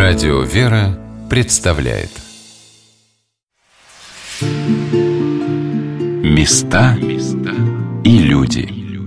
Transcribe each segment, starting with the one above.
Радио «Вера» представляет Места и люди.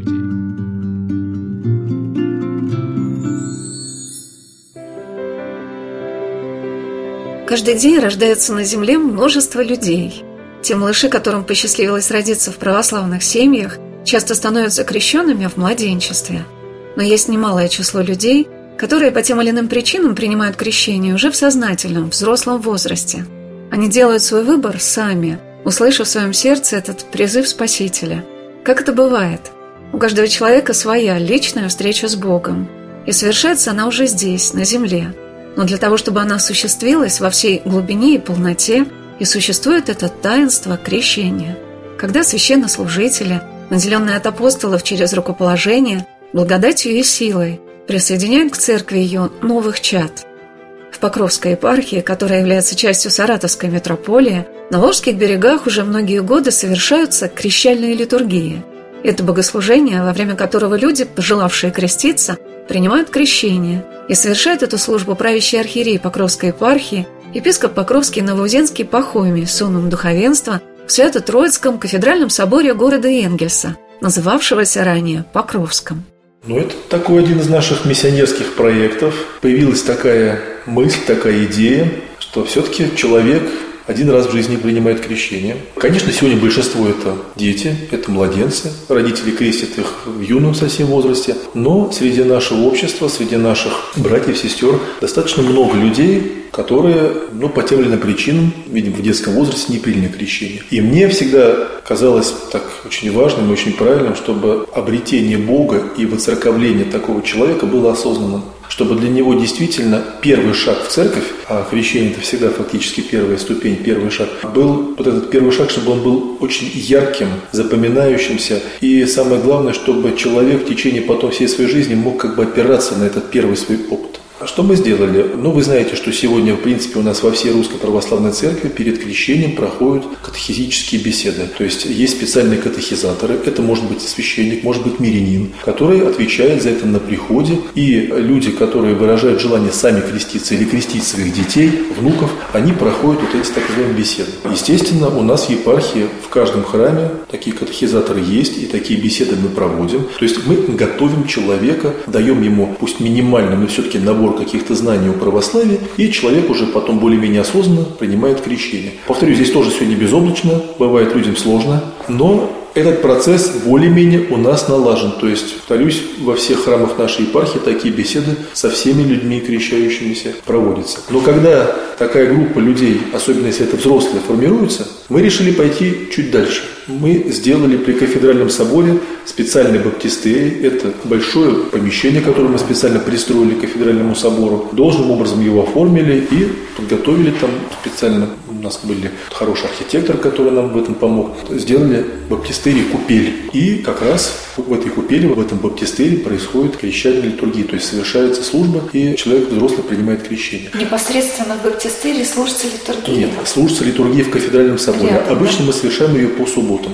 Каждый день рождается на земле множество людей. Те малыши, которым посчастливилось родиться в православных семьях, часто становятся крещенными в младенчестве. Но есть немалое число людей, которые по тем или иным причинам принимают крещение уже в сознательном, взрослом возрасте. Они делают свой выбор сами, услышав в своем сердце этот призыв Спасителя. Как это бывает? У каждого человека своя личная встреча с Богом. И совершается она уже здесь, на земле. Но для того, чтобы она осуществилась во всей глубине и полноте, и существует это таинство крещения. Когда священнослужители, наделенные от апостолов через рукоположение, благодатью и силой, присоединяют к церкви ее новых чад. В Покровской епархии, которая является частью Саратовской митрополии, на Волжских берегах уже многие годы совершаются крещальные литургии. Это богослужение, во время которого люди, пожелавшие креститься, принимают крещение, и совершает эту службу правящий архиерей Покровской епархии, епископ Покровский Новоузенский Пахомий с сонмом духовенства в Свято-Троицком кафедральном соборе города Энгельса, называвшегося ранее Покровском. Это такой один из наших миссионерских проектов. Появилась такая мысль, такая идея, что все-таки человек один раз в жизни принимает крещение. Конечно, сегодня большинство это дети, это младенцы. Родители крестят их в юном совсем возрасте. Но среди нашего общества, среди наших братьев, сестер достаточно много людей, которые, по тем или иным причинам, видимо, в детском возрасте не приняли крещение. И мне всегда казалось так очень важным и очень правильным, чтобы обретение Бога и воцерковление такого человека было осознанным. Чтобы для него действительно первый шаг в церковь, а крещение – это всегда фактически первая ступень, первый шаг, был вот этот первый шаг, чтобы он был очень ярким, запоминающимся. И самое главное, чтобы человек в течение потом всей своей жизни мог опираться на этот первый свой опыт. А что мы сделали? Вы знаете, что сегодня, в принципе, у нас во всей Русской Православной Церкви перед крещением проходят катехизические беседы. То есть специальные катехизаторы, это может быть священник, может быть мирянин, который отвечает за это на приходе. И люди, которые выражают желание сами креститься или крестить своих детей, внуков, они проходят эти так называемые беседы. Естественно, у нас в епархии в каждом храме такие катехизаторы есть, и такие беседы мы проводим. То есть мы готовим человека, даем ему, пусть минимально, но все-таки набор каких-то знаний о православии, и человек уже потом более-менее осознанно принимает крещение. Повторюсь, здесь тоже все не безоблачно, бывает людям сложно, но этот процесс более-менее у нас налажен. То есть, повторюсь, во всех храмах нашей епархии такие беседы со всеми людьми, крещающимися, проводятся. Но когда такая группа людей, особенно если это взрослые, формируется, мы решили пойти чуть дальше. Мы сделали при кафедральном соборе специальный баптистерий. Это большое помещение, которое мы специально пристроили к кафедральному собору. Должным образом его оформили и подготовили там специально. У нас были хороший архитектор, который нам в этом помог. Сделали баптистерий купель. И как раз в этой купели, в этом баптистерии происходит крещальная литургия. То есть совершается служба, и человек взрослый принимает крещение. Непосредственно в баптистерии служится литургия? Нет, служится литургия в кафедральном соборе. Обычно мы совершаем ее по субботам.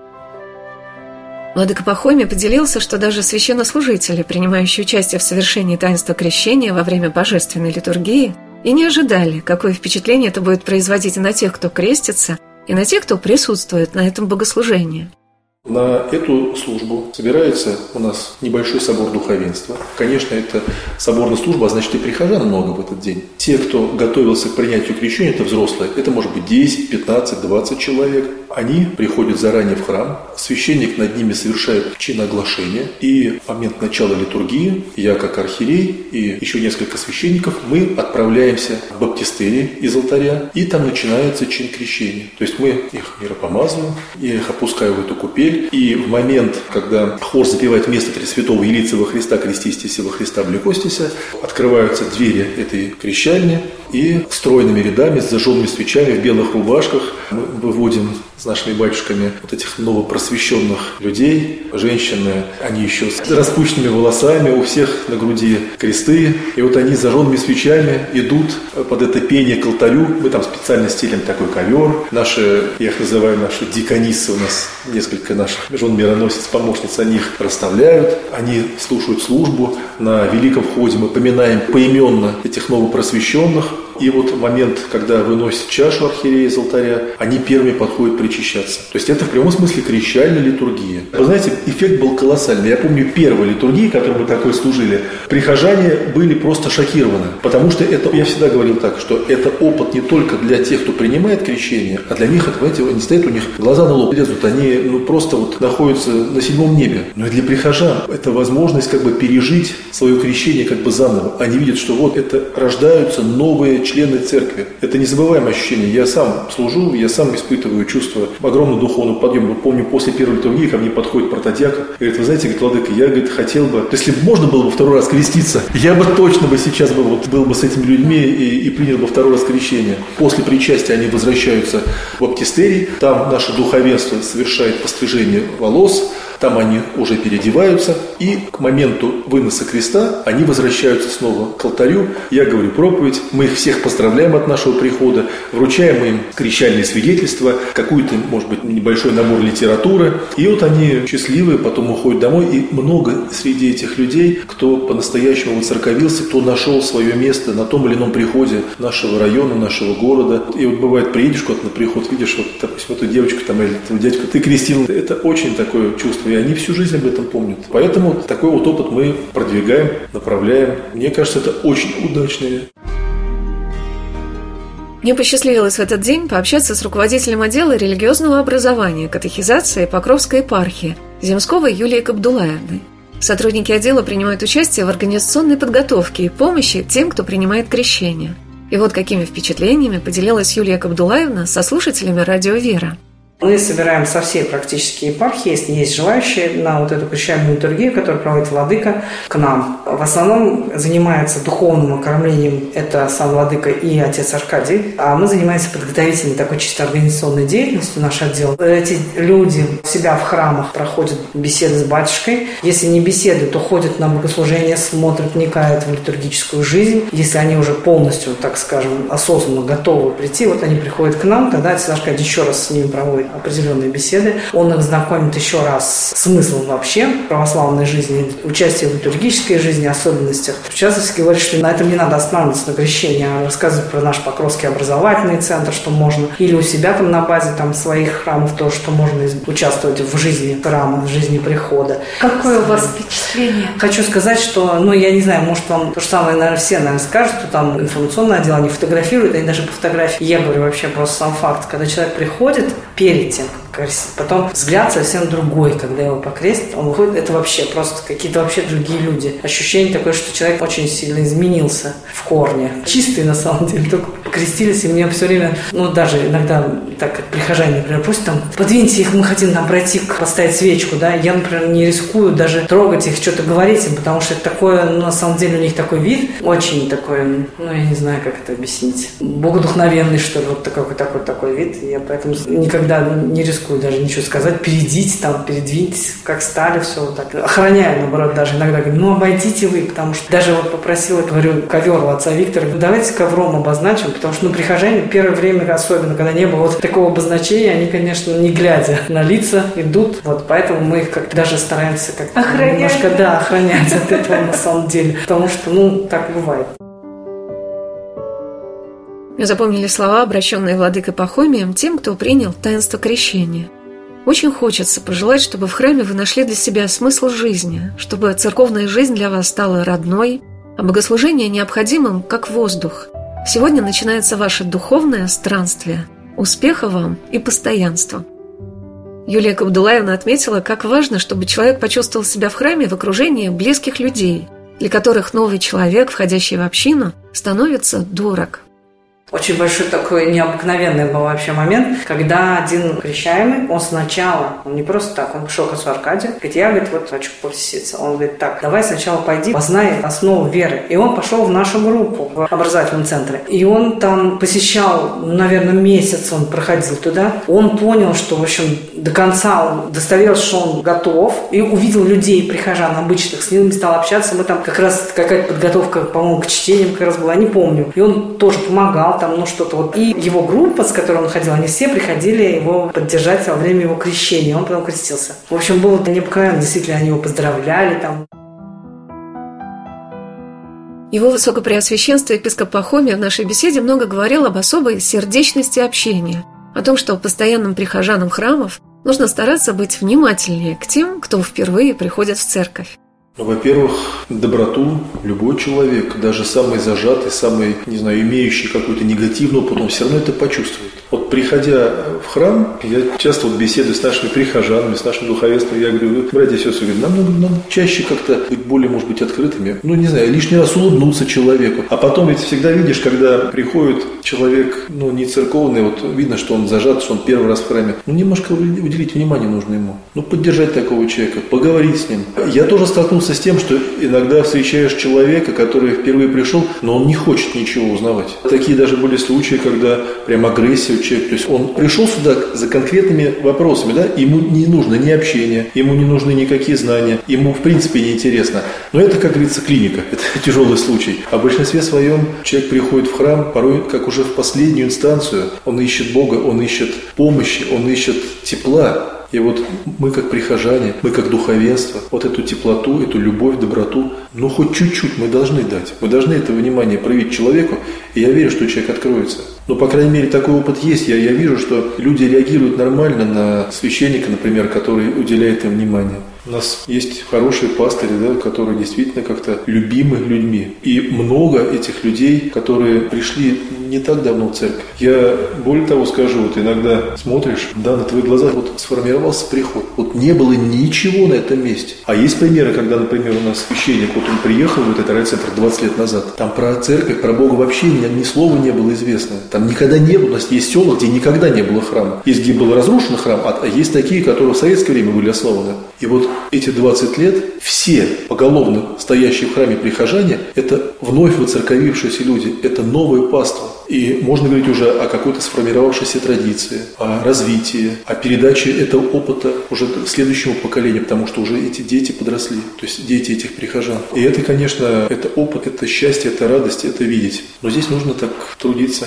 Владыка Пахомий поделился, что даже священнослужители, принимающие участие в совершении таинства крещения во время божественной литургии, и не ожидали, какое впечатление это будет производить и на тех, кто крестится, и на тех, кто присутствует на этом богослужении. На эту службу собирается у нас небольшой собор духовенства. Конечно, это соборная служба, а значит и прихожан много в этот день. Те, кто готовился к принятию крещения, это взрослые, это может быть 10, 15, 20 человек. Они приходят заранее в храм, священник над ними совершает чиноглашение, и в момент начала литургии я, как архиерей, и еще несколько священников, мы отправляемся в баптистерий из алтаря, и там начинается чин крещения. То есть мы их миропомазываем, я их опускаю в эту купель, и в момент, когда хор запевает вместо Пресвятого «Елицы во Христа, крестистися, во Христа облекостися», открываются двери этой крещальни, и стройными рядами, с зажженными свечами, в белых рубашках мы выводим с нашими батюшками этих новопросвещенных людей. Женщины, они еще с распущенными волосами, у всех на груди кресты. И они с зажженными свечами идут под это пение к алтарю. Мы там специально стелим такой ковер. Я их называю наши диконисы, у нас несколько наших жен-мироносец, помощниц, они их расставляют, они слушают службу. На Великом Входе мы поминаем поименно этих новопросвещенных. И вот момент, когда выносят чашу архиерея из алтаря, они первыми подходят причащаться. То есть это в прямом смысле крещальная литургия. Вы знаете, эффект был колоссальный. Я помню первые литургии, которые мы такой служили, прихожане были просто шокированы. Потому что это, я всегда говорил так, что это опыт не только для тех, кто принимает крещение, а для них, это, знаете, они стоят, у них глаза на лоб лезут, они просто вот находятся на седьмом небе. Но и для прихожан это возможность как бы пережить свое крещение как бы заново. Они видят, что вот это рождаются новые члены церкви. Это незабываемое ощущение. Я сам служу, я сам испытываю чувство огромного духовного подъема. Вот помню, после первой литургии ко мне подходит протодиакон и говорит: вы знаете, говорит, владыка, я, говорит, хотел бы, если бы можно было бы второй раз креститься, я бы точно бы сейчас был бы с этими людьми и принял бы второй раз крещение. После причастия они возвращаются в баптистерий, там наше духовенство совершает пострижение волос, там они уже переодеваются, и к моменту выноса креста они возвращаются снова к алтарю. Я говорю проповедь, мы их всех поздравляем от нашего прихода, вручаем им крещальные свидетельства, какую-то, может быть, небольшой набор литературы. И вот они счастливые, потом уходят домой, и много среди этих людей, кто по-настоящему воцерковился, кто нашел свое место на том или ином приходе нашего района, нашего города. И вот бывает, приедешь куда-то на приход, видишь, вот, допустим, эту девочку там, или этого дядьку, ты крестил. Это очень такое чувство. И они всю жизнь об этом помнят. Поэтому такой вот опыт мы продвигаем, направляем. Мне кажется, это очень удачно. Мне посчастливилось в этот день пообщаться с руководителем отдела религиозного образования, катехизации Покровской епархии Земсковой Юлией Кабдулаевной. Сотрудники отдела принимают участие в организационной подготовке и помощи тем, кто принимает крещение. И вот какими впечатлениями поделилась Юлия Кабдулаевна со слушателями радио «Вера». Мы собираем со всей практически епархии, если есть желающие, на вот эту крещальную литургию, которую проводит владыка, к нам. В основном занимается духовным окормлением это сам владыка и отец Аркадий, а мы занимаемся подготовительной такой чисто организационной деятельностью, наш отдел. Эти люди у себя в храмах проходят беседы с батюшкой. Если не беседы, то ходят на богослужение, смотрят, вникают в литургическую жизнь. Если они уже полностью, так скажем, осознанно готовы прийти, вот они приходят к нам, тогда отец Аркадий еще раз с ними проводит определенные беседы. Он их знакомит еще раз с смыслом вообще православной жизни, участие в литургической жизни, особенностях. В частности, говорит, что на этом не надо останавливаться на крещении, а рассказывать про наш Покровский образовательный центр, что можно, или у себя там на базе там своих храмов то, что можно участвовать в жизни храма, в жизни прихода. Какое у вас впечатление? Хочу сказать, что, я не знаю, может вам то же самое, наверное, все, скажут, что там информационное отдел, они фотографируют, они даже по фотографии. Я говорю вообще просто сам факт, когда человек приходит, перед тем, как крестить. Потом взгляд совсем другой, когда его покрестят, он выходит, это вообще просто какие-то вообще другие люди. Ощущение такое, что человек очень сильно изменился в корне. Чистый на самом деле, только покрестились, и мне все время, даже иногда, так как прихожане, например, просят там, подвиньте их, мы хотим там пройти, поставить свечку, да, я, например, не рискую даже трогать их, что-то говорить им, потому что это такое, на самом деле у них такой вид, очень такой, я не знаю, как это объяснить, богодухновенный, что ли, вот такой вид, я поэтому никогда не рискую даже ничего сказать, перейдите там, передвиньтесь, как стали, все вот так. Охраняю, наоборот, даже иногда говорю, обойдите вы, потому что даже вот попросила, говорю, ковер у отца Виктора, давайте ковром обозначим, потому что, прихожане первое время, особенно, когда не было вот такого обозначения, они, конечно, не глядя на лица, идут, вот, поэтому мы их как-то даже стараемся как-то немножко, охранять от этого на самом деле, потому что, так бывает. Запомнили слова, обращенные владыкой Пахомием тем, кто принял таинство крещения. Очень хочется пожелать, чтобы в храме вы нашли для себя смысл жизни, чтобы церковная жизнь для вас стала родной, а богослужение необходимым, как воздух. Сегодня начинается ваше духовное странствие. Успеха вам и постоянства. Юлия Кабдулаевна отметила, как важно, чтобы человек почувствовал себя в храме в окружении близких людей, для которых новый человек, входящий в общину, становится дорог. Очень большой такой необыкновенный был вообще момент, когда один крещаемый, он сначала, он не просто так, он пришел к отцу Аркадию, говорит, я, хочу посетиться. Он говорит, так, давай сначала пойди, познай основу веры. И он пошел в нашу группу в образовательном центре. И он там посещал, наверное, месяц он проходил туда. Он понял, что, в общем, до конца он достоверился, что он готов. И увидел людей, прихожан обычных, с ними стал общаться. Мы там как раз какая-то подготовка, по-моему, к чтениям как раз была, не помню. И он тоже помогал, там, что-то вот. И его группа, с которой он ходил, они все приходили его поддержать во время его крещения. Он потом крестился. В общем, было необыкновенно. Действительно, они его поздравляли там. Его Высокопреосвященство епископ Пахомий в нашей беседе много говорил об особой сердечности общения, о том, что постоянным прихожанам храмов нужно стараться быть внимательнее к тем, кто впервые приходит в церковь. Во-первых, доброту любой человек, даже самый зажатый, самый, имеющий какой-то негативный опыт, он все равно это почувствует. Вот приходя в храм, я часто беседую с нашими прихожанами, с нашим духовенством, я говорю: братья и сестры, нам надо чаще как-то быть более, может быть, открытыми. Лишний раз улыбнуться человеку. А потом ведь всегда видишь, когда приходит человек, не церковный, вот видно, что он зажат, что он первый раз в храме, немножко уделить внимание нужно ему. Поддержать такого человека, поговорить с ним. Я тоже столкнулся с тем, что иногда встречаешь человека, который впервые пришел, но он не хочет ничего узнавать. Такие даже были случаи, когда прям агрессия у человека. То есть он пришел сюда за конкретными вопросами, да? Ему не нужно ни общение, ему не нужны никакие знания, ему в принципе не интересно. Но это, как говорится, клиника, это тяжелый случай. А в большинстве своем человек приходит в храм, порой как уже в последнюю инстанцию. Он ищет Бога, он ищет помощи, он ищет тепла. И вот мы, как прихожане, мы, как духовенство, вот эту теплоту, эту любовь, доброту, хоть чуть-чуть мы должны дать. Мы должны это внимание проявить человеку, и я верю, что человек откроется. По крайней мере, такой опыт есть. Я вижу, что люди реагируют нормально на священника, например, который уделяет им внимание. У нас есть хорошие пастыри, которые действительно как-то любимы людьми. И много этих людей, которые пришли не так давно в церковь. Я более того скажу, иногда смотришь, на твоих глазах сформировался приход. Не было ничего на этом месте. А есть примеры, когда, например, у нас священник, он приехал в этот райцентр 20 лет назад. Там про церковь, про Бога вообще ни слова не было известно. Там никогда не было. У нас есть села, где никогда не было храма. Есть, где был разрушен храм, а есть такие, которые в советское время были основаны. И эти 20 лет все поголовно стоящие в храме прихожане – это вновь воцерковившиеся люди, это новое паство. И можно говорить уже о какой-то сформировавшейся традиции, о развитии, о передаче этого опыта уже следующему поколению, потому что уже эти дети подросли, то есть дети этих прихожан. И это, конечно, это опыт, это счастье, это радость, это видеть. Но здесь нужно так трудиться.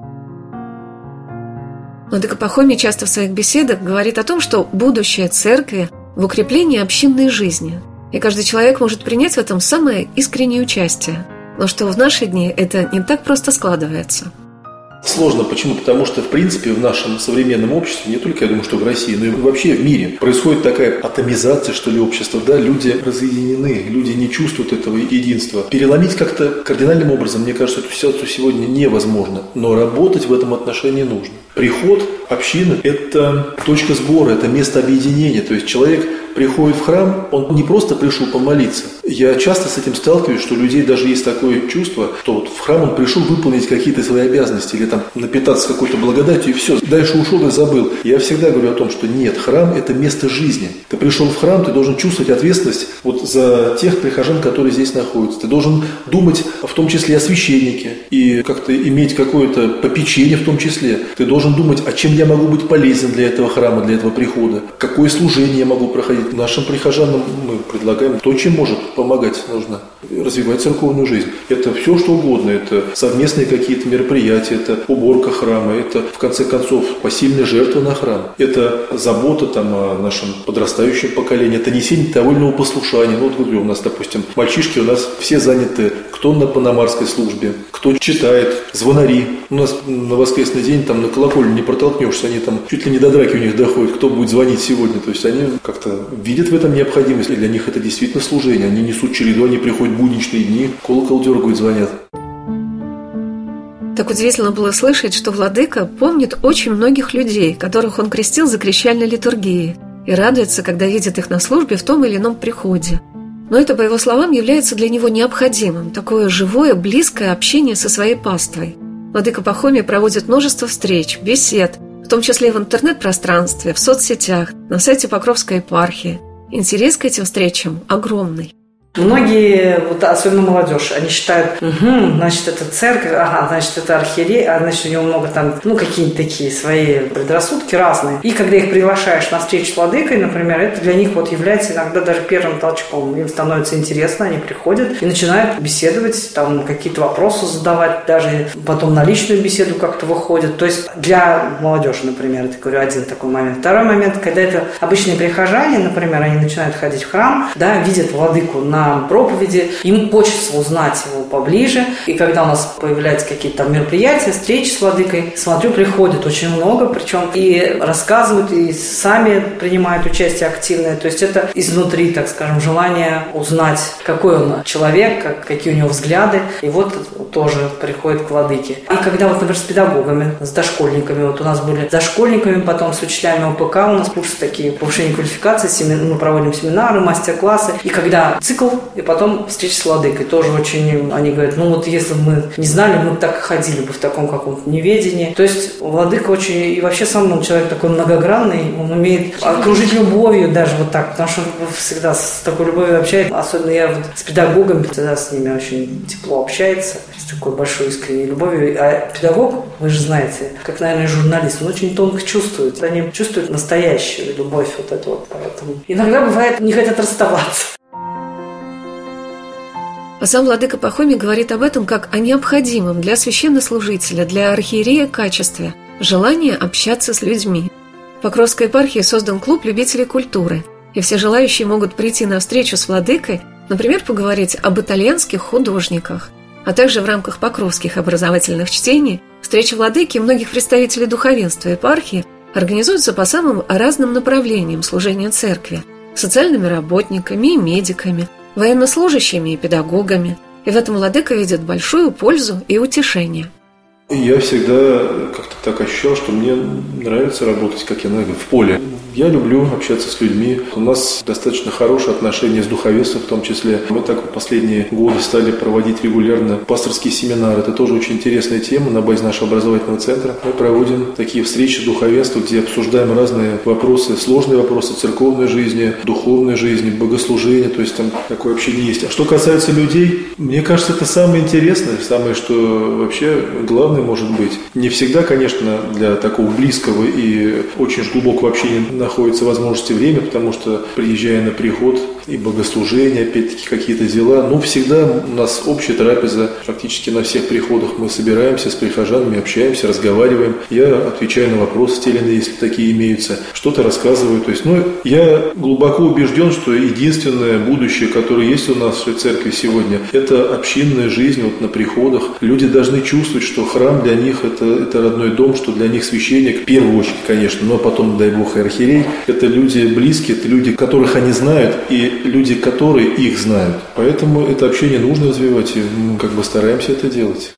Владыка Пахомий часто в своих беседах говорит о том, что будущее церкви в укреплении общинной жизни. И каждый человек может принять в этом самое искреннее участие. Но что в наши дни это не так просто складывается. Сложно. Почему? Потому что, в принципе, в нашем современном обществе, не только, я думаю, что в России, но и вообще в мире, происходит такая атомизация, что ли, общества. Люди разъединены, люди не чувствуют этого единства. Переломить как-то кардинальным образом, мне кажется, эту ситуацию сегодня невозможно. Но работать в этом отношении нужно. Приход общины – это точка сбора, это место объединения. То есть человек приходит в храм, он не просто пришел помолиться. Я часто с этим сталкиваюсь, что у людей даже есть такое чувство, что в храм он пришел выполнить какие-то свои обязанности или напитаться какой-то благодатью, и все, дальше ушел и забыл. Я всегда говорю о том, что нет, храм – это место жизни. Ты пришел в храм, ты должен чувствовать ответственность за тех прихожан, которые здесь находятся. Ты должен думать в том числе о священнике и как-то иметь какое-то попечение в том числе. Ты должен думать, а чем я могу быть полезен для этого храма, для этого прихода, какое служение я могу проходить. Нашим прихожанам мы предлагаем то, чем может помогать нужно. Развивать церковную жизнь. Это все, что угодно. Это совместные какие-то мероприятия, это уборка храма, это, в конце концов, посильная жертва на храм. Это забота о нашем подрастающем поколении, это несение довольного послушания. У нас, допустим, мальчишки у нас все заняты, кто на панамарской службе, кто читает, звонари. У нас на воскресный день на колокольню не протолкнешься, они чуть ли не до драки у них доходят, кто будет звонить сегодня. То есть они как-то видят в этом необходимость, и для них это действительно служение. Они несут череду, они приходят в будничные дни, колокол дергают, звонят. Так удивительно было слышать, что владыка помнит очень многих людей, которых он крестил за крещальной литургией, и радуется, когда видит их на службе в том или ином приходе. Но это, по его словам, является для него необходимым, такое живое, близкое общение со своей паствой. Владыка Пахомий проводит множество встреч, бесед, в том числе в интернет-пространстве, в соцсетях, на сайте Покровской епархии. Интерес к этим встречам огромный. Многие, вот особенно молодежь, они считают, значит, это церковь, значит, это архиерей, значит, у него много там, какие-то такие свои предрассудки разные. И когда их приглашаешь на встречу с владыкой, например, это для них вот является иногда даже первым толчком. Им становится интересно, они приходят и начинают беседовать, там какие-то вопросы задавать, даже потом на личную беседу как-то выходят. То есть для молодежи, например, это, говорю, один такой момент. Второй момент, когда это обычные прихожане, например, они начинают ходить в храм, да, видят владыку на проповеди, им хочется узнать его поближе. И когда у нас появляются какие-то там мероприятия, встречи с владыкой, смотрю, приходит очень много, причем и рассказывают, и сами принимают участие активное. То есть это изнутри, так скажем, желание узнать, какой он человек, какие у него взгляды. И вот тоже приходит к владыке. И когда вот, например, с педагогами, с дошкольниками, вот у нас были с дошкольниками, потом с учителями ОПК, у нас курсы такие, повышение квалификации, мы проводим семинары, мастер-классы. И когда цикл, и потом встреча с владыкой. Тоже очень, они говорят, если бы мы не знали, мы бы так и ходили бы в таком каком-то неведении. То есть владыка очень, и вообще сам он человек такой многогранный, он умеет окружить любовью даже вот так, потому что всегда с такой любовью общается. Особенно я вот с педагогами, всегда с ними очень тепло общается, с такой большой искренней любовью. А педагог, вы же знаете, как, наверное, журналист, он очень тонко чувствует. Они чувствуют настоящую любовь вот эту вот. Поэтому иногда бывает, не хотят расставаться. А сам владыка Пахомий говорит об этом как о необходимом для священнослужителя, для архиерея качестве – желание общаться с людьми. В Покровской епархии создан клуб любителей культуры, и все желающие могут прийти на встречу с владыкой, например, поговорить об итальянских художниках, а также в рамках покровских образовательных чтений встречи владыки и многих представителей духовенства епархии организуются по самым разным направлениям служения церкви – социальными работниками и медиками, военнослужащими и педагогами, и в этом владыка видит большую пользу и утешение. Я всегда как-то так ощущал, что мне нравится работать, как я говорю, в поле. Я люблю общаться с людьми. У нас достаточно хорошие отношения с духовенством в том числе. Мы так в последние годы стали проводить регулярно пасторские семинары. Это тоже очень интересная тема на базе нашего образовательного центра. Мы проводим такие встречи духовенства, где обсуждаем разные вопросы, сложные вопросы церковной жизни, духовной жизни, богослужения. То есть там такое общение есть. А что касается людей, мне кажется, это самое интересное, самое, что вообще главное может быть. Не всегда, конечно, для такого близкого и очень глубокого общения находится возможность и время, потому что, приезжая на приход и богослужение, опять-таки какие-то дела, всегда у нас общая трапеза, практически на всех приходах мы собираемся с прихожанами, общаемся, разговариваем. Я отвечаю на вопросы те или иные, если такие имеются, что-то рассказываю. То есть, я глубоко убежден, что единственное будущее, которое есть у нас в церкви сегодня, это общинная жизнь на приходах. Люди должны чувствовать, что храм для них это родной дом, что для них священник, в первую очередь, конечно, но потом, дай Бог, и архиерей, это люди близкие, это люди, которых они знают, и люди, которые их знают. Поэтому это общение нужно развивать, и мы стараемся это делать.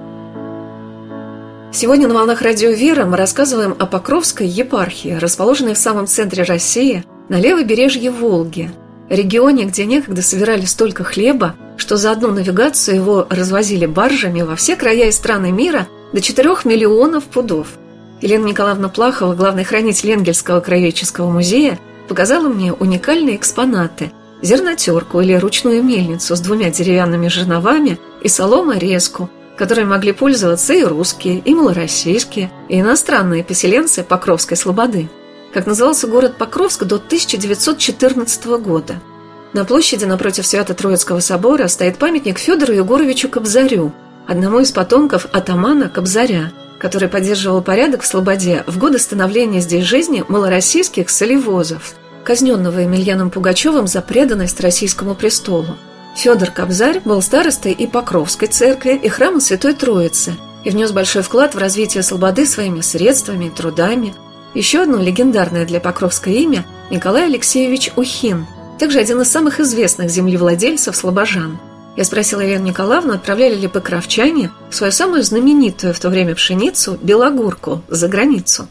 Сегодня на «Волнах Радио Вера» мы рассказываем о Покровской епархии, расположенной в самом центре России, на левобережье Волги, регионе, где некогда собирали столько хлеба, что за одну навигацию его развозили баржами во все края и страны мира до 4 миллионов пудов. Елена Николаевна Плахова, главный хранитель Энгельсского краеведческого музея, показала мне уникальные экспонаты – зернотерку или ручную мельницу с 2 деревянными жерновами и соломорезку, которой могли пользоваться и русские, и малороссийские, и иностранные поселенцы Покровской слободы. Как назывался город Покровск до 1914 года. На площади напротив Свято-Троицкого собора стоит памятник Федору Егоровичу Кобзарю, одному из потомков атамана Кобзаря, который поддерживал порядок в Слободе в годы становления здесь жизни малороссийских солевозов, казненного Емельяном Пугачевым за преданность российскому престолу. Федор Кобзарь был старостой и Покровской церкви, и храма Святой Троицы, и внес большой вклад в развитие Слободы своими средствами и трудами. Еще одно легендарное для Покровска имя – Николай Алексеевич Ухин, также один из самых известных землевладельцев слобожан. Я спросила Елену Николаевну, отправляли ли покровчане свою самую знаменитую в то время пшеницу – белогурку за границу.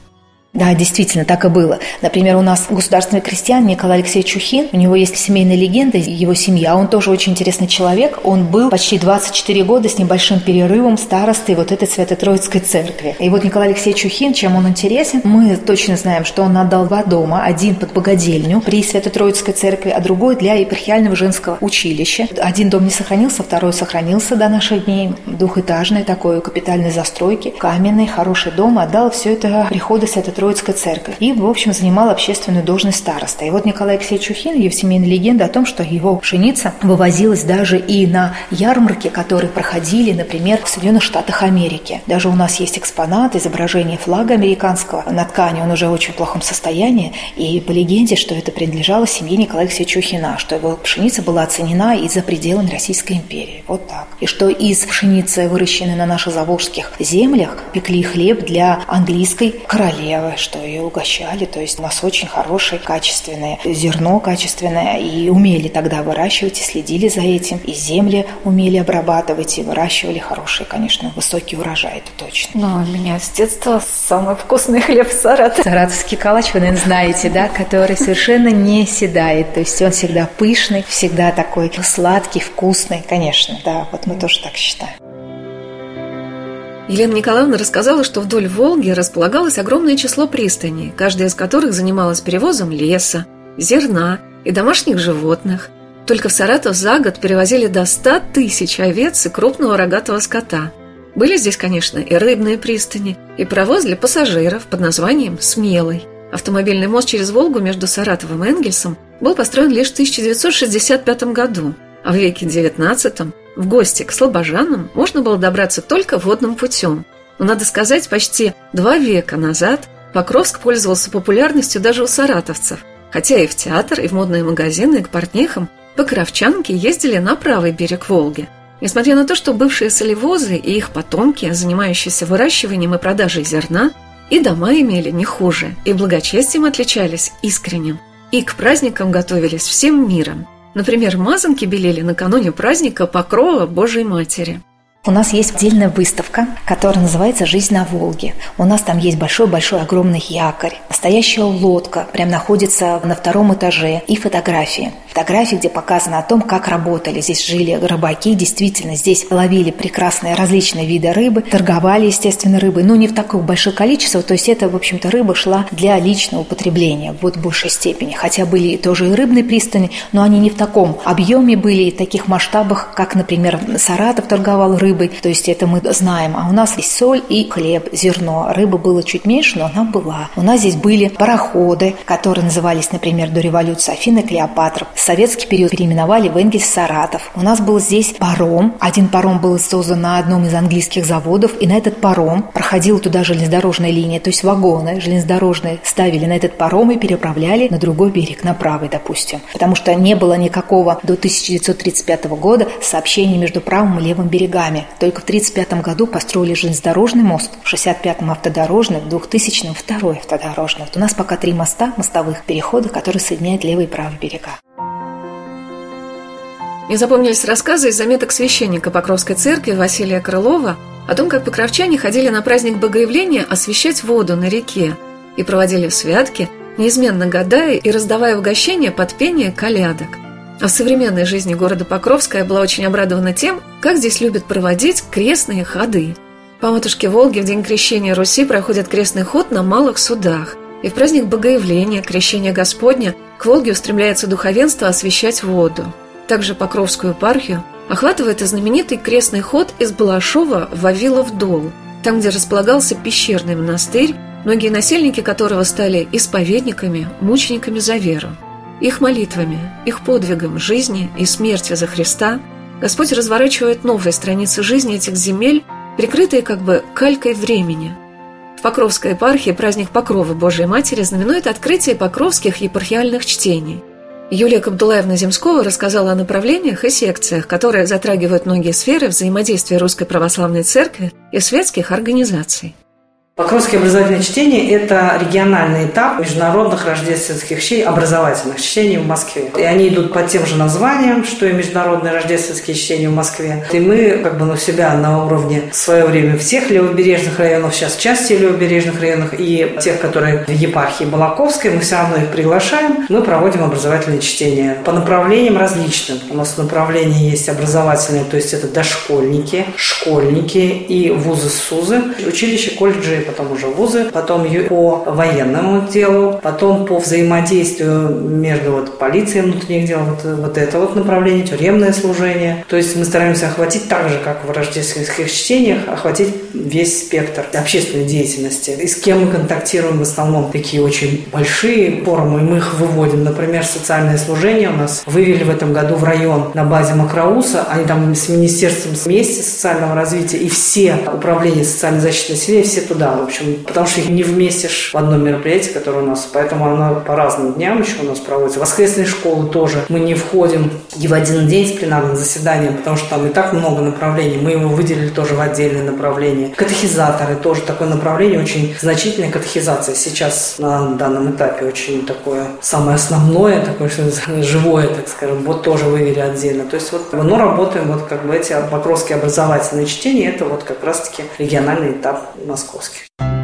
Да, действительно, так и было. Например, у нас государственный крестьян Николай Алексеевич Чухин, у него есть семейная легенда, его семья, он тоже очень интересный человек. Он был почти 24 года с небольшим перерывом старостой вот этой Свято-Троицкой церкви. И вот Николай Алексеевич Чухин, чем он интересен, мы точно знаем, что он отдал 2 дома, один под богадельню при Свято-Троицкой церкви, а другой для епархиального женского училища. Один дом не сохранился, второй сохранился до наших дней, двухэтажный такой, капитальной застройки, каменный, хороший дом, отдал все это приходу Свято-Троицкой церкви. И, в общем, занимал общественную должность староста. И вот Николай Алексеевич Чухин, его семейная легенда о том, что его пшеница вывозилась даже и на ярмарки, которые проходили, например, в Соединенных Штатах Америки. Даже у нас есть экспонат, изображение флага американского на ткани, он уже в очень плохом состоянии. И по легенде, что это принадлежало семье Николая Алексеевича Чухина, что его пшеница была оценена и за пределами Российской империи. Вот так. И что из пшеницы, выращенной на наших заволжских землях, пекли хлеб для английской королевы, что ее угощали. То есть у нас очень хорошее, качественное зерно, качественное. И умели тогда выращивать, и следили за этим. И земли умели обрабатывать, и выращивали хороший, конечно, высокий урожай, это точно. Но у меня с детства самый вкусный хлеб в Саратове. Саратовский калач, вы, наверное, знаете, да, который совершенно не седает. То есть он всегда пышный, всегда такой сладкий, вкусный. Конечно, да, вот мы тоже так считаем. Елена Николаевна рассказала, что вдоль Волги располагалось огромное число пристаней, каждая из которых занималась перевозом леса, зерна и домашних животных. Только в Саратов за год перевозили до 100 тысяч овец и крупного рогатого скота. Были здесь, конечно, и рыбные пристани, и паровоз для пассажиров под названием «Смелый». Автомобильный мост через Волгу между Саратовым и Энгельсом был построен лишь в 1965 году, а в веке XIX в гости к слобожанам можно было добраться только водным путем. Но, надо сказать, почти 2 века назад Покровск пользовался популярностью даже у саратовцев, хотя и в театр, и в модные магазины, и к портнихам покровчанки ездили на правый берег Волги. Несмотря на то, что бывшие солевозы и их потомки, занимающиеся выращиванием и продажей зерна, и дома имели не хуже, и благочестием отличались искренним, и к праздникам готовились всем миром. Например, мазанки белели накануне праздника Покрова Божией Матери. У нас есть отдельная выставка, которая называется «Жизнь на Волге». У нас там есть большой-большой огромный якорь. Настоящая лодка прям находится на 2-м этаже. И фотографии. Фотографии, где показано о том, как работали. Здесь жили рыбаки, действительно, здесь ловили прекрасные различные виды рыбы, торговали, естественно, рыбой, но не в такое большое количество. То есть это, в общем-то, рыба шла для личного употребления вот в большей степени. Хотя были тоже и рыбные пристани, но они не в таком объеме были и таких масштабах, как, например, Саратов торговал рыбой. То есть это мы знаем. А у нас есть соль и хлеб, зерно. Рыбы было чуть меньше, но она была. У нас здесь были пароходы, которые назывались, например, до революции Афины Клеопатра. В советский период переименовали в Энгельс-Саратов. У нас был здесь паром. Один паром был создан на одном из английских заводов. И на этот паром проходила туда железнодорожная линия. То есть вагоны железнодорожные ставили на этот паром и переправляли на другой берег, на правый, допустим. Потому что не было никакого до 1935 года сообщения между правым и левым берегами. Только в 1935 году построили железнодорожный мост, в 1965-м автодорожный, в 2000-м второй автодорожный. Вот у нас пока 3 моста, мостовых переходов, которые соединяют левый и правый берега. Мне запомнились рассказы из заметок священника Покровской церкви Василия Крылова о том, как покровчане ходили на праздник Богоявления освящать воду на реке и проводили святки, неизменно гадая и раздавая угощения под пение колядок. А в современной жизни города Покровска я была очень обрадована тем, как здесь любят проводить крестные ходы. По матушке Волге в день крещения Руси проходит крестный ход на малых судах. И в праздник Богоявления, крещения Господня, к Волге устремляется духовенство освящать воду. Также Покровскую епархию охватывает и знаменитый крестный ход из Балашова в Вавилов Дол, там, где располагался пещерный монастырь, многие насельники которого стали исповедниками, мучениками за веру. Их молитвами, их подвигом жизни и смерти за Христа Господь разворачивает новые страницы жизни этих земель, прикрытые как бы калькой времени. В Покровской епархии праздник Покрова Божией Матери знаменует открытие покровских епархиальных чтений. Юлия Кабдулаевна Земскова рассказала о направлениях и секциях, которые затрагивают многие сферы взаимодействия Русской Православной Церкви и светских организаций. Покровское образовательное чтение – это региональный этап международных рождественских чтений, образовательных чтений в Москве. И они идут под тем же названием, что и международные рождественские чтения в Москве. И мы на себя на уровне в свое время всех левобережных районов, сейчас части левобережных районов и тех, которые в епархии Балаковской, мы все равно их приглашаем. Мы проводим образовательные чтения по направлениям различным. У нас направления есть образовательные, то есть это дошкольники, школьники и вузы-СУЗы, училища, колледжи, потом уже вузы, потом по военному делу, потом по взаимодействию между полицией внутренних дел, вот это направление, тюремное служение. То есть мы стараемся охватить так же, как в рождественских чтениях, охватить весь спектр общественной деятельности. И с кем мы контактируем в основном такие очень большие форумы, мы их выводим. Например, социальное служение у нас вывели в этом году в район на базе Макроуса, они там с Министерством вместе социального развития и все управления социальной защиты населения, все туда. В общем, потому что их не вместишь в одно мероприятие, которое у нас. Поэтому оно по разным дням еще у нас проводится. Воскресные школы тоже. Мы не входим и в один день с пленарным заседанием, потому что там и так много направлений. Мы его выделили тоже в отдельное направление. Катехизаторы тоже такое направление, очень значительная катехизация. Сейчас на данном этапе очень такое самое основное, такое что живое, так скажем, тоже вывели отдельно. То есть мы работаем, эти покровские образовательные чтения, это как раз-таки региональный этап московский.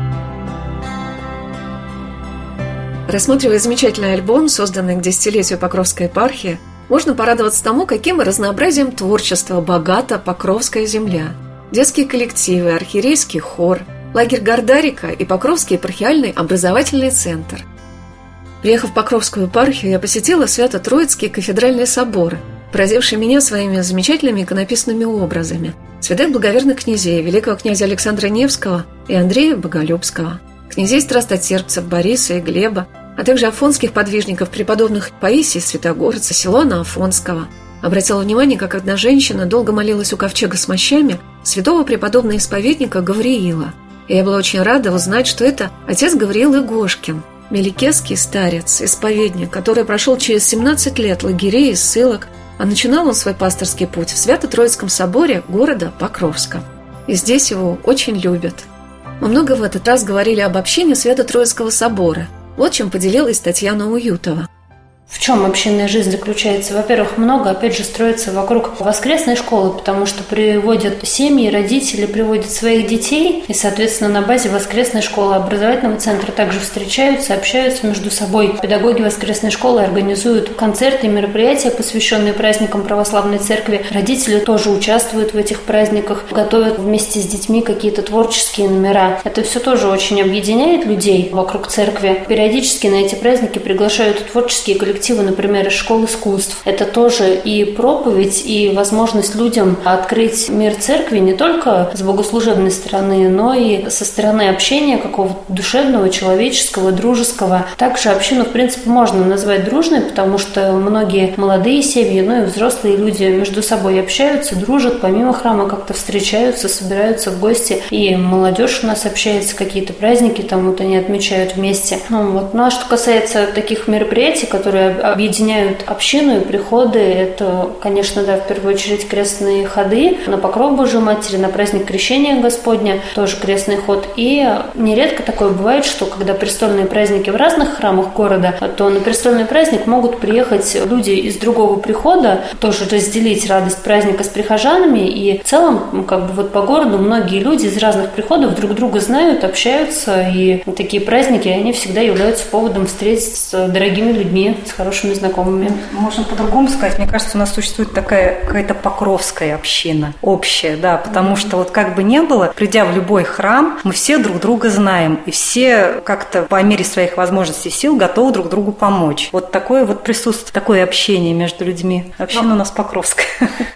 Рассматривая замечательный альбом, созданный к десятилетию Покровской епархии, можно порадоваться тому, каким разнообразием творчества богата Покровская земля. Детские коллективы, архиерейский хор, лагерь Гордарика и Покровский епархиальный образовательный центр. Приехав в Покровскую епархию, я посетила Свято-Троицкий кафедральный собор, поразивший меня своими замечательными иконописными образами святых благоверных князей, великого князя Александра Невского и Андрея Боголюбского, князей страстотерпцев Бориса и Глеба, а также афонских подвижников, преподобных Паисия Святогорца, Силуана Афонского. Обратила внимание, как одна женщина долго молилась у ковчега с мощами святого преподобного исповедника Гавриила. И я была очень рада узнать, что это отец Гавриил Игошкин, меликесский старец, исповедник, который прошел через 17 лет лагерей и ссылок, а начинал он свой пасторский путь в Свято-Троицком соборе города Покровска. И здесь его очень любят. Мы много в этот раз говорили об общине Свято-Троицкого собора. Вот чем поделилась Татьяна Уютова. В чем общинная жизнь заключается? Во-первых, много, опять же, строится вокруг воскресной школы, потому что приводят семьи, родители приводят своих детей, и, соответственно, на базе воскресной школы образовательного центра также встречаются, общаются между собой. Педагоги воскресной школы организуют концерты и мероприятия, посвященные праздникам православной церкви. Родители тоже участвуют в этих праздниках, готовят вместе с детьми какие-то творческие номера. Это все тоже очень объединяет людей вокруг церкви. Периодически на эти праздники приглашают творческие коллективы, например, из школ искусств. Это тоже и проповедь, и возможность людям открыть мир церкви не только с богослужебной стороны, но и со стороны общения какого-то душевного, человеческого, дружеского. Также общину, в принципе, можно назвать дружной, потому что многие молодые семьи, и взрослые люди между собой общаются, дружат, помимо храма как-то встречаются, собираются в гости. И молодежь у нас общается, какие-то праздники там они отмечают вместе. Ну а что касается таких мероприятий, которые объединяют общину и приходы, это, конечно, в первую очередь крестные ходы на Покров Божией Матери, на праздник Крещения Господня, тоже крестный ход. И нередко такое бывает, что когда престольные праздники в разных храмах города, то на престольный праздник могут приехать люди из другого прихода, тоже разделить радость праздника с прихожанами. И в целом, по городу многие люди из разных приходов друг друга знают, общаются, и такие праздники, они всегда являются поводом встретиться с дорогими людьми, с хорошими знакомыми. Можно по-другому сказать. Мне кажется, у нас существует такая какая-то покровская община, общая, потому что как бы ни было, придя в любой храм, мы все друг друга знаем, и все как-то по мере своих возможностей и сил готовы друг другу помочь. Вот такое присутствие, такое общение между людьми. Община у нас покровская.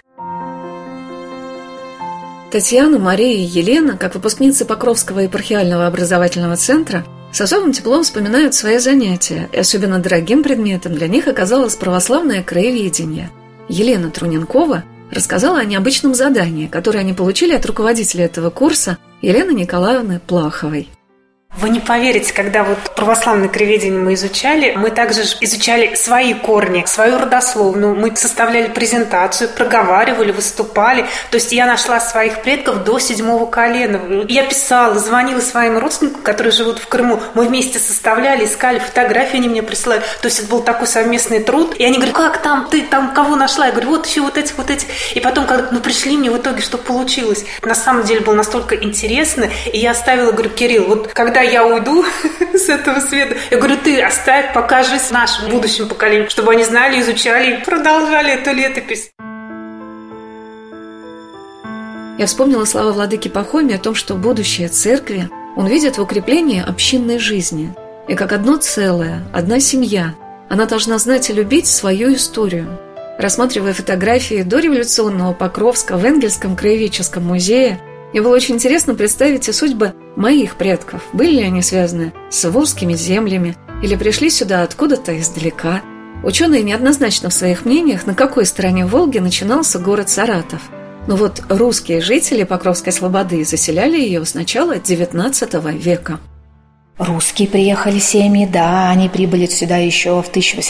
Татьяна, Мария и Елена, как выпускницы Покровского епархиального образовательного центра, с особым теплом вспоминают свои занятия, и особенно дорогим предметом для них оказалось православное краеведение. Елена Труненкова рассказала о необычном задании, которое они получили от руководителя этого курса Елены Николаевны Плаховой. Вы не поверите, когда вот православное краеведение мы изучали, мы также изучали свои корни, свою родословную, мы составляли презентацию, проговаривали, выступали. То есть я нашла своих предков до 7-го колена. Я писала, звонила своим родственникам, которые живут в Крыму. Мы вместе составляли, искали фотографии, они мне присылали. То есть это был такой совместный труд. И они говорят, как там, ты там кого нашла? Я говорю, вот еще вот этих. И потом, когда пришли мне в итоге, что получилось. На самом деле было настолько интересно. И я оставила, говорю, Кирилл, вот когда я уйду с этого света, я говорю, ты оставь, покажи нашим будущим поколениям, чтобы они знали, изучали и продолжали эту летопись. Я вспомнила слова владыки Пахомия о том, что будущее церкви он видит в укреплении общинной жизни. И как одно целое, одна семья, она должна знать и любить свою историю. Рассматривая фотографии дореволюционного Покровска в Энгельском краеведческом музее, мне было очень интересно представить и судьбы моих предков. Были ли они связаны с волжскими землями или пришли сюда откуда-то издалека. Ученые неоднозначны в своих мнениях, на какой стороне Волги начинался город Саратов. Но вот русские жители Покровской слободы заселяли ее с начала XIX века. Русские приехали семьи, да, они прибыли сюда еще в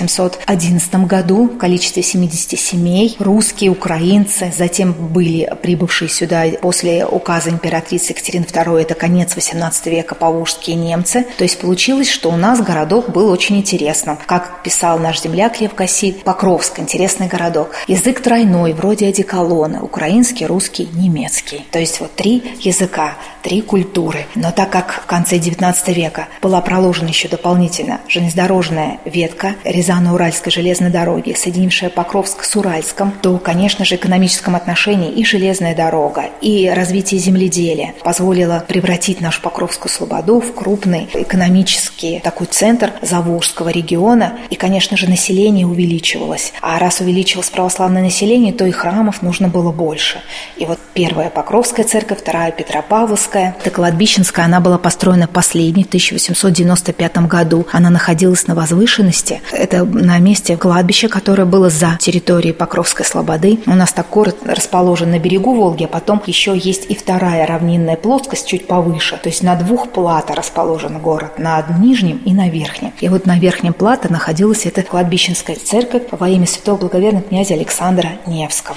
1811 году в количестве 70 семей. Русские, украинцы, затем были прибывшие сюда после указа императрицы Екатерины II, это конец 18 века, поволжские немцы. То есть получилось, что у нас городок был очень интересным. Как писал наш земляк Лев Косиль, Покровск – интересный городок. Язык тройной, вроде одеколона, украинский, русский, немецкий. То есть вот 3 языка, 3 культуры. Но так как в конце 19 века была проложена еще дополнительно железнодорожная ветка Рязано-Уральской железной дороги, соединившая Покровск с Уральском, то, конечно же, в экономическом отношении и железная дорога, и развитие земледелия позволило превратить нашу Покровскую слободу в крупный экономический такой центр Заволжского региона. И, конечно же, население увеличивалось. А раз увеличилось православное население, то и храмов нужно было больше. И вот первая Покровская церковь, вторая Петропавловская, это кладбищенская, она была построена последней в 1895 году. Она находилась на возвышенности. Это на месте кладбища, которое было за территорией Покровской слободы. У нас так город расположен на берегу Волги, а потом еще есть и вторая равнинная плоскость чуть повыше. То есть на 2 плато расположен город, на нижнем и на верхнем. И вот на верхнем плато находилась эта кладбищенская церковь во имя святого благоверного князя Александра Невского.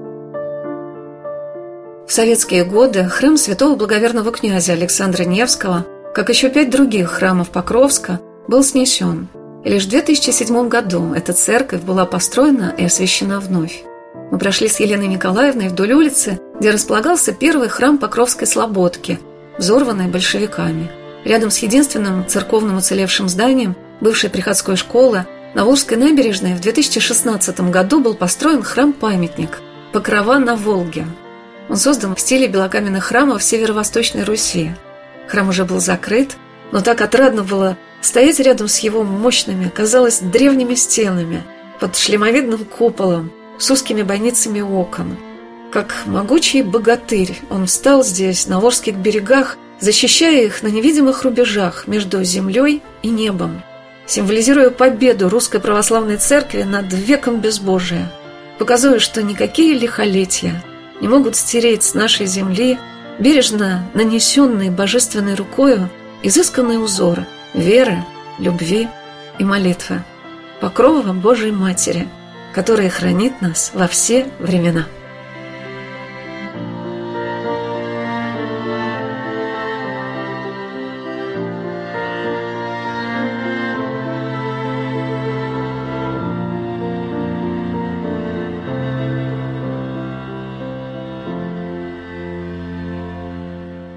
В советские годы храм святого благоверного князя Александра Невского, как еще 5 других храмов Покровска, был снесен. И лишь в 2007 году эта церковь была построена и освящена вновь. Мы прошли с Еленой Николаевной вдоль улицы, где располагался первый храм Покровской Слободки, взорванный большевиками. Рядом с единственным церковным уцелевшим зданием бывшей приходской школы на Волжской набережной в 2016 году был построен храм-памятник «Покрова на Волге». Он создан в стиле белокаменных храмов Северо-Восточной Руси. Храм уже был закрыт, но так отрадно было стоять рядом с его мощными, казалось, древними стенами, под шлемовидным куполом, с узкими бойницами окон. Как могучий богатырь он встал здесь, на волжских берегах, защищая их на невидимых рубежах между землей и небом, символизируя победу Русской Православной Церкви над веком безбожия, показывая, что никакие лихолетия не могут стереть с нашей земли бережно нанесенные божественной рукою изысканные узоры веры, любви и молитвы, покрова Божией Матери, которая хранит нас во все времена.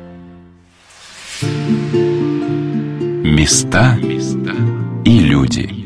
Места и люди.